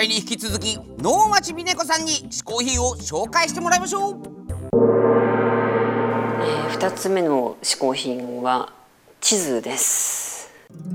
回に引き続き能町みね子さんに嗜好品を紹介してもらいましょう。 2つ目の嗜好品は地図です。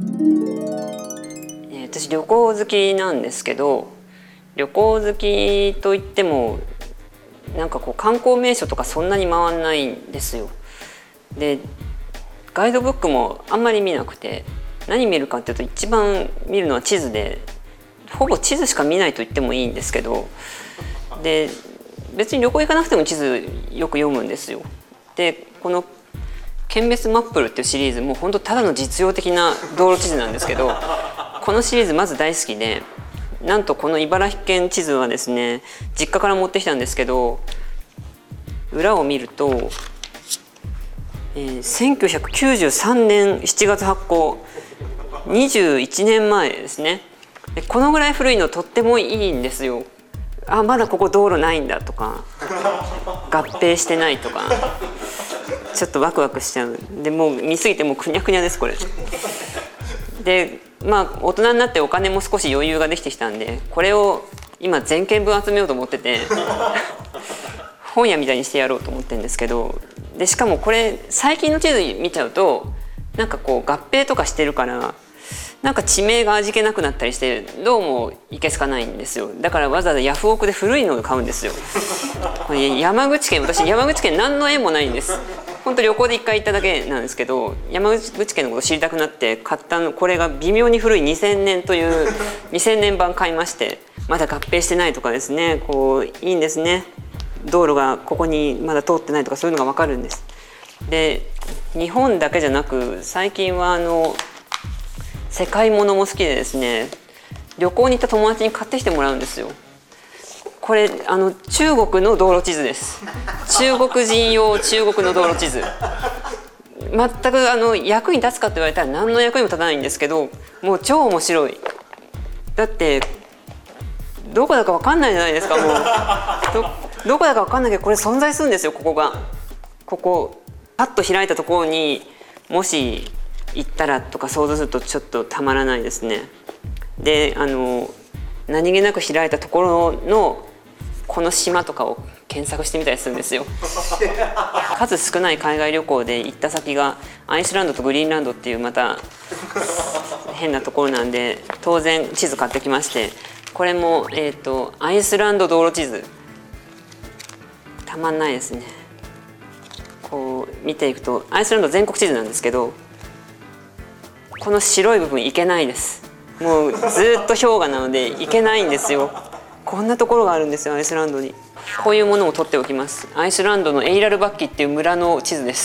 私旅行好きなんですけど、旅行好きといってもなんかこう観光名所とかそんなに回んないんですよ。でガイドブックもあんまり見なくて、何見るかっていうと一番見るのは地図で、ほぼ地図しか見ないと言ってもいいんですけど、で別に旅行行かなくても地図よく読むんですよ。でこの県別マップルっていうシリーズも本当ただの実用的な道路地図なんですけど、このシリーズまず大好きで、なんとこの茨城県地図はですね、実家から持ってきたんですけど、裏を見ると、1993年7月発行、21年前ですね。でこのぐらい古いのとってもいいんですよ。あ、まだここ道路ないんだとか、合併してないとか、ちょっとワクワクしちゃう。でもう見すぎてもうくにゃくにゃですこれ。でまあ大人になってお金も少し余裕ができてきたんで、これを今全県分集めようと思ってて本屋みたいにしてやろうと思ってるんですけど、でしかもこれ最近の地図見ちゃうとなんかこう合併とかしてるからなんか地名が味気なくなったりしてどうもいけすかないんですよ。だからわざわざヤフオクで古いのを買うんですよ。これ山口県、私山口県何の縁もないんです。本当旅行で1回行っただけなんですけど、山口県のこと知りたくなって買ったの、これが微妙に古い2000年という2000年版買いまして、まだ合併してないとかですね、こういいんですね。道路がここにまだ通ってないとかそういうのが分かるんです。で日本だけじゃなく最近は世界ものも好きでですね、旅行に行った友達に買ってきてもらうんですよ。これ中国の道路地図です。中国人用中国の道路地図。全く役に立つかって言われたら何の役にも立たないんですけど、もう超面白い。だってどこだか分かんないじゃないですか。もうどこだか分かんなきゃこれ存在するんですよ。ここパッと開いたところにもし行ったらとか想像するとちょっとたまらないですね。で何気なく開いたところのこの島とかを検索してみたりするんですよ。数少ない海外旅行で行った先がアイスランドとグリーンランドっていうまた変なところなんで、当然地図買ってきまして、これもアイスランド道路地図たまんないですね。こう見ていくとアイスランド全国地図なんですけど、この白い部分行けないです。もうずっと氷河なので行けないんですよ。こんなところがあるんですよ、アイスランドに。こういうものを取っておきます。アイスランドのエイラルバッキっていう村の地図です。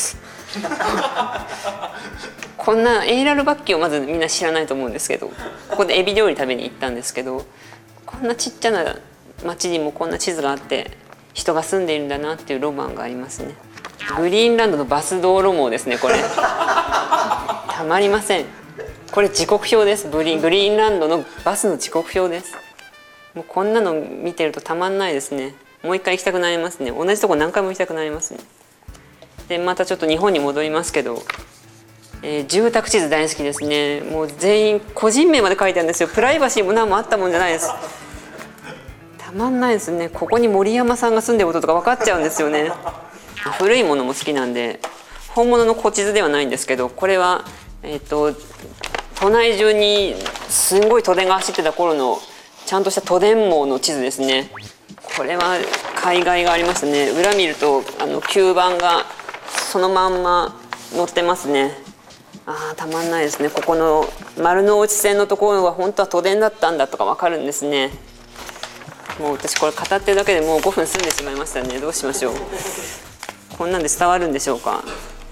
こんなエイラルバッキをまずみんな知らないと思うんですけど、ここでエビ料理食べに行ったんですけど、こんなちっちゃな町にもこんな地図があって人が住んでいるんだなっていうロマンがありますね。グリーンランドのバス道路網ですね、これ。たまりません。これ時刻表です。グリーンランドのバスの時刻表です。もうこんなの見てるとたまんないですね。もう一回行きたくなりますね。同じとこ何回も行きたくなりますね。でまたちょっと日本に戻りますけど、住宅地図大好きですね。もう全員個人名まで書いてあるんですよ。プライバシーも何もあったもんじゃないです。たまんないですね。ここに森山さんが住んでることとか分かっちゃうんですよね。古いものも好きなんで、本物の古地図ではないんですけど、これは都内中にすんごい都電が走ってた頃のちゃんとした都電網の地図ですね。これは海外がありましたね。裏見ると吸盤がそのまんま載ってますね。たまんないですね。ここの丸の内線のところは本当は都電だったんだとか分かるんですね。もう私これ語ってるだけでもう5分済んでしまいましたね。どうしましょう。こんなんで伝わるんでしょうか。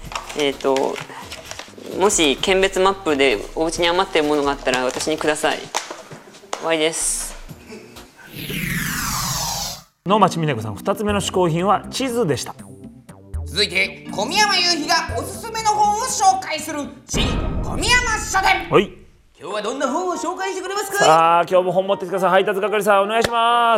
もし県別マップでお家に余っているものがあったら私にください。終わりです。 能町みね子さん、2つ目の嗜好品は地図でした。 続いて小宮山雄飛がおすすめの本を紹介する新小宮山書店。 はい。 今日はどんな本を紹介してくれますか。 さあ今日も本持ってきてください。配達係さんお願いします。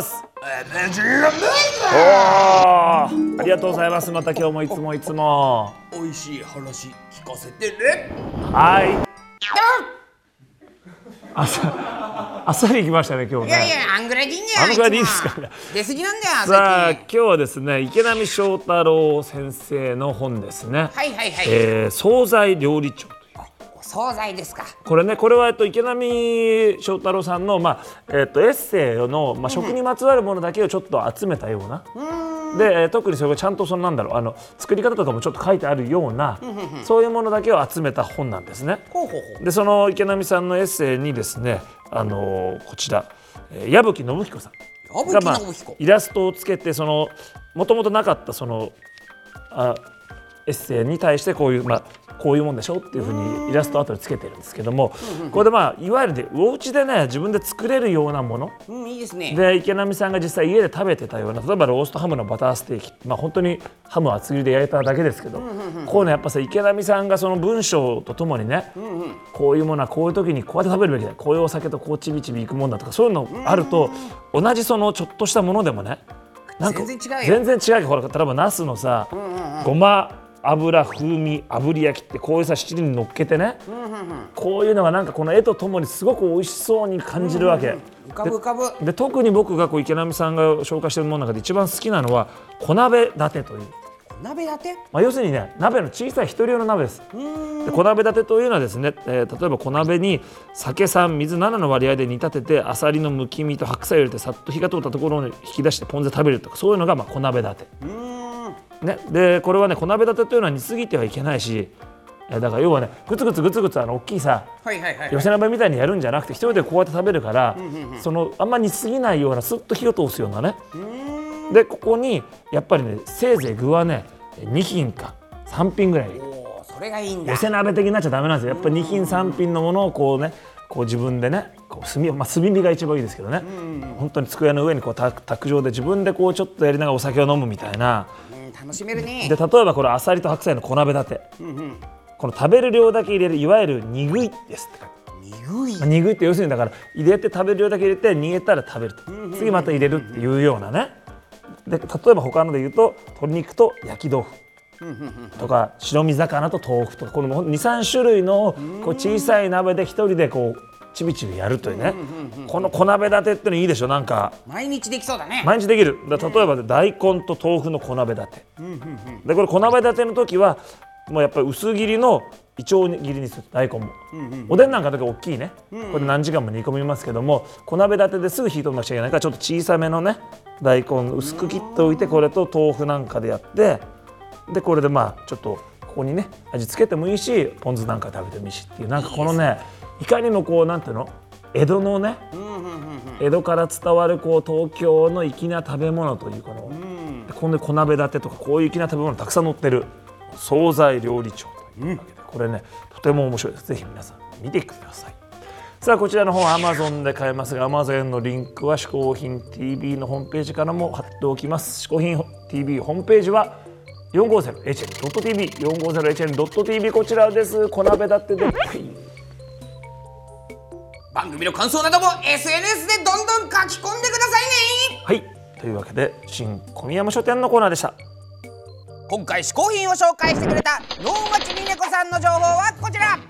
ありがとうございます。また今日もいつもおいしい話聞かせてね。 はい。 あっさりいきましたね今日ね。 いやいや、あんぐらいでいいんだよ。 あんぐらいでいいですかね。 出過ぎなんだよ、 さあ最近。 今日はですね池波正太郎先生の本ですね。 はいはいはい。 惣菜料理長という。 お惣菜ですか。 これは池波正太郎さんの、エッセイの、食にまつわるものだけをちょっと集めたような、で、特にそれがちゃんと作り方とかもちょっと書いてあるような、そういうものだけを集めた本なんですね。 ほうほうほう。 でその池波さんのエッセイにですね、こちら、矢吹信彦さんが、 矢吹信彦イラストをつけてもともとなかったエッセイに対してこういうもんでしょっていうふうにイラストを後でつけてるんですけども、これでいわゆるお家でね自分で作れるようなものいいですね。 で池波さんが実際家で食べてたような、例えばローストハムのバターステーキ、本当にハムは厚切りで焼いただけですけど、こういうのやっぱ池波さんがその文章とともにね、こういうものはこういう時にこうやって食べるべきだ、こういうお酒とこうちびちびいくもんだとか、そういうのあると同じちょっとしたものでもね、なんか全然違うよ。 全然違うよ。ほら例えばナスのさ、ごま油風味炙り焼きってこういう七輪に乗っけてね、こういうのがなんかこの絵とともにすごく美味しそうに感じるわけ。 浮かぶ浮かぶ。 で特に僕が池波さんが紹介しているものの中で一番好きなのは小鍋立てという、 鍋だて。 要するにね鍋の小さい一人用の鍋です。で小鍋立てというのはですね、例えば小鍋に酒3水7の割合で煮立ててあさりのむき身と白菜を入れてさっと火が通ったところを引き出してポン酢で食べるとか、そういうのが小鍋立て。でこれはね小鍋立てというのは煮すぎてはいけないし、だから要はねグツグツ大きいさ、 はいはいはい。 寄せ鍋みたいにやるんじゃなくて一人でこうやって食べるから、あんまり煮すぎないようなスッと火を通すようなね。でここにやっぱりねせいぜい具はね2品か3品ぐらい。 それがいいんだ。 寄せ鍋的になっちゃダメなんですよ。やっぱり2品3品のものをこう自分でね炭火が一番いいですけどね、本当に机の上に卓上で自分でちょっとやりながらお酒を飲むみたいな。 楽しめるね。 で例えばこれあさりと白菜の小鍋立て、この食べる量だけ入れるいわゆる煮食いですって煮食い。 煮食いって要するにだから入れて食べる量だけ入れて煮えたら食べると、次また入れるっていうようなね。で例えば他ので言うと鶏肉と焼き豆腐とか白身魚と豆腐とか、この 2,3 種類の小さい鍋で一人でちびちびやるというね、この小鍋立てってのいいでしょ。なんか毎日できそうだね。 毎日できる。例えば大根と豆腐の小鍋立て、でこれ小鍋立ての時はもうやっぱり薄切りのいちょう切りにする。大根も、おでんなんかの時は大きいね、これ何時間も煮込みますけども、小鍋立てですぐ火通らなくちゃいけないからちょっと小さめのね大根薄く切っておいて、これと豆腐なんかでやって、でこれでちょっとここにね味付けてもいいしポン酢なんか食べてもいいしっていう、なんかこのねいかにもなんていうの江戸のね、江戸から伝わる東京の粋な食べ物というこの小鍋立てとかこういう粋な食べ物たくさん載ってる惣菜料理長というわけで、これねとても面白いです。ぜひ皆さん見てください。さあこちらの本 Amazon で買えますが、 Amazon のリンクは嗜好品 TV のホームページからも貼っておきます。嗜好品 TV ホームページは 450hn.tv 450hn.tv こちらです。小鍋立てで番組の感想なども SNS でどんどん書き込んでくださいね。 はい、というわけで新小宮山書店のコーナーでした。 今回嗜好品を紹介してくれた能町みね子さんの情報はこちら。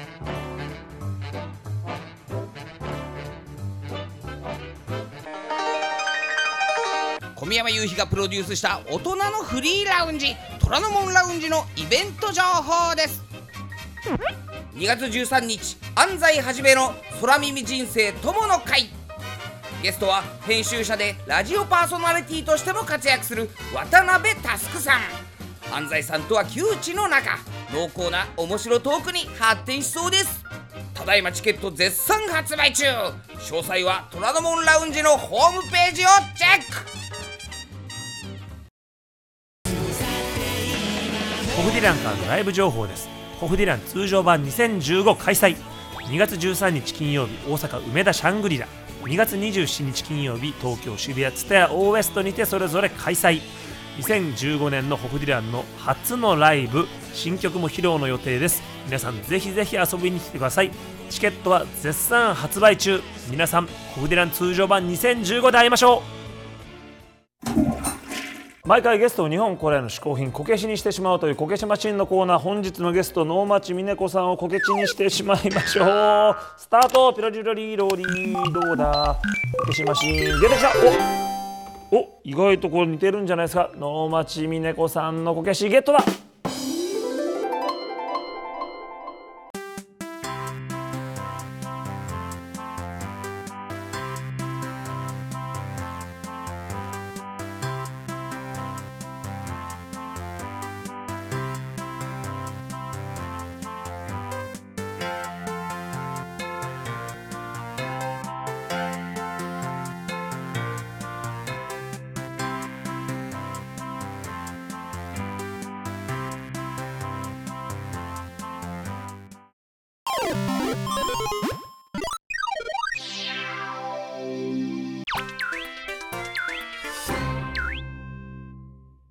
小宮山雄飛がプロデュースした大人のフリーラウンジ虎ノ門ラウンジのイベント情報です。2月13日安西はじめの空耳人生友の会。ゲストは編集者でラジオパーソナリティとしても活躍する渡辺佑さん。安西さんとは旧知の仲、濃厚な面白トークに発展しそうです。ただいまチケット絶賛発売中。詳細は虎ノ門ラウンジのホームページをチェック。 ホフディランからのライブ情報です。ホフディラン通常版2015開催。2月13日金曜日大阪梅田シャングリラ、2月27日金曜日東京渋谷ツタヤオーウェストにてそれぞれ開催。2015年のホフディランの初のライブ、新曲も披露の予定です。皆さんぜひぜひ遊びに来てください。チケットは絶賛発売中。皆さんホフディラン通常版2015で会いましょう。 毎回ゲストを日本これらの嗜好品こけしにしてしまうというこけしマシンのコーナー、本日のゲスト能町みね子さんをこけしにしてしまいましょう。スタート。ピロリロリロリどうだ、こけしマシン出てきた。お意外とこれ似てるんじゃないですか。能町みね子さんのこけしゲットだ。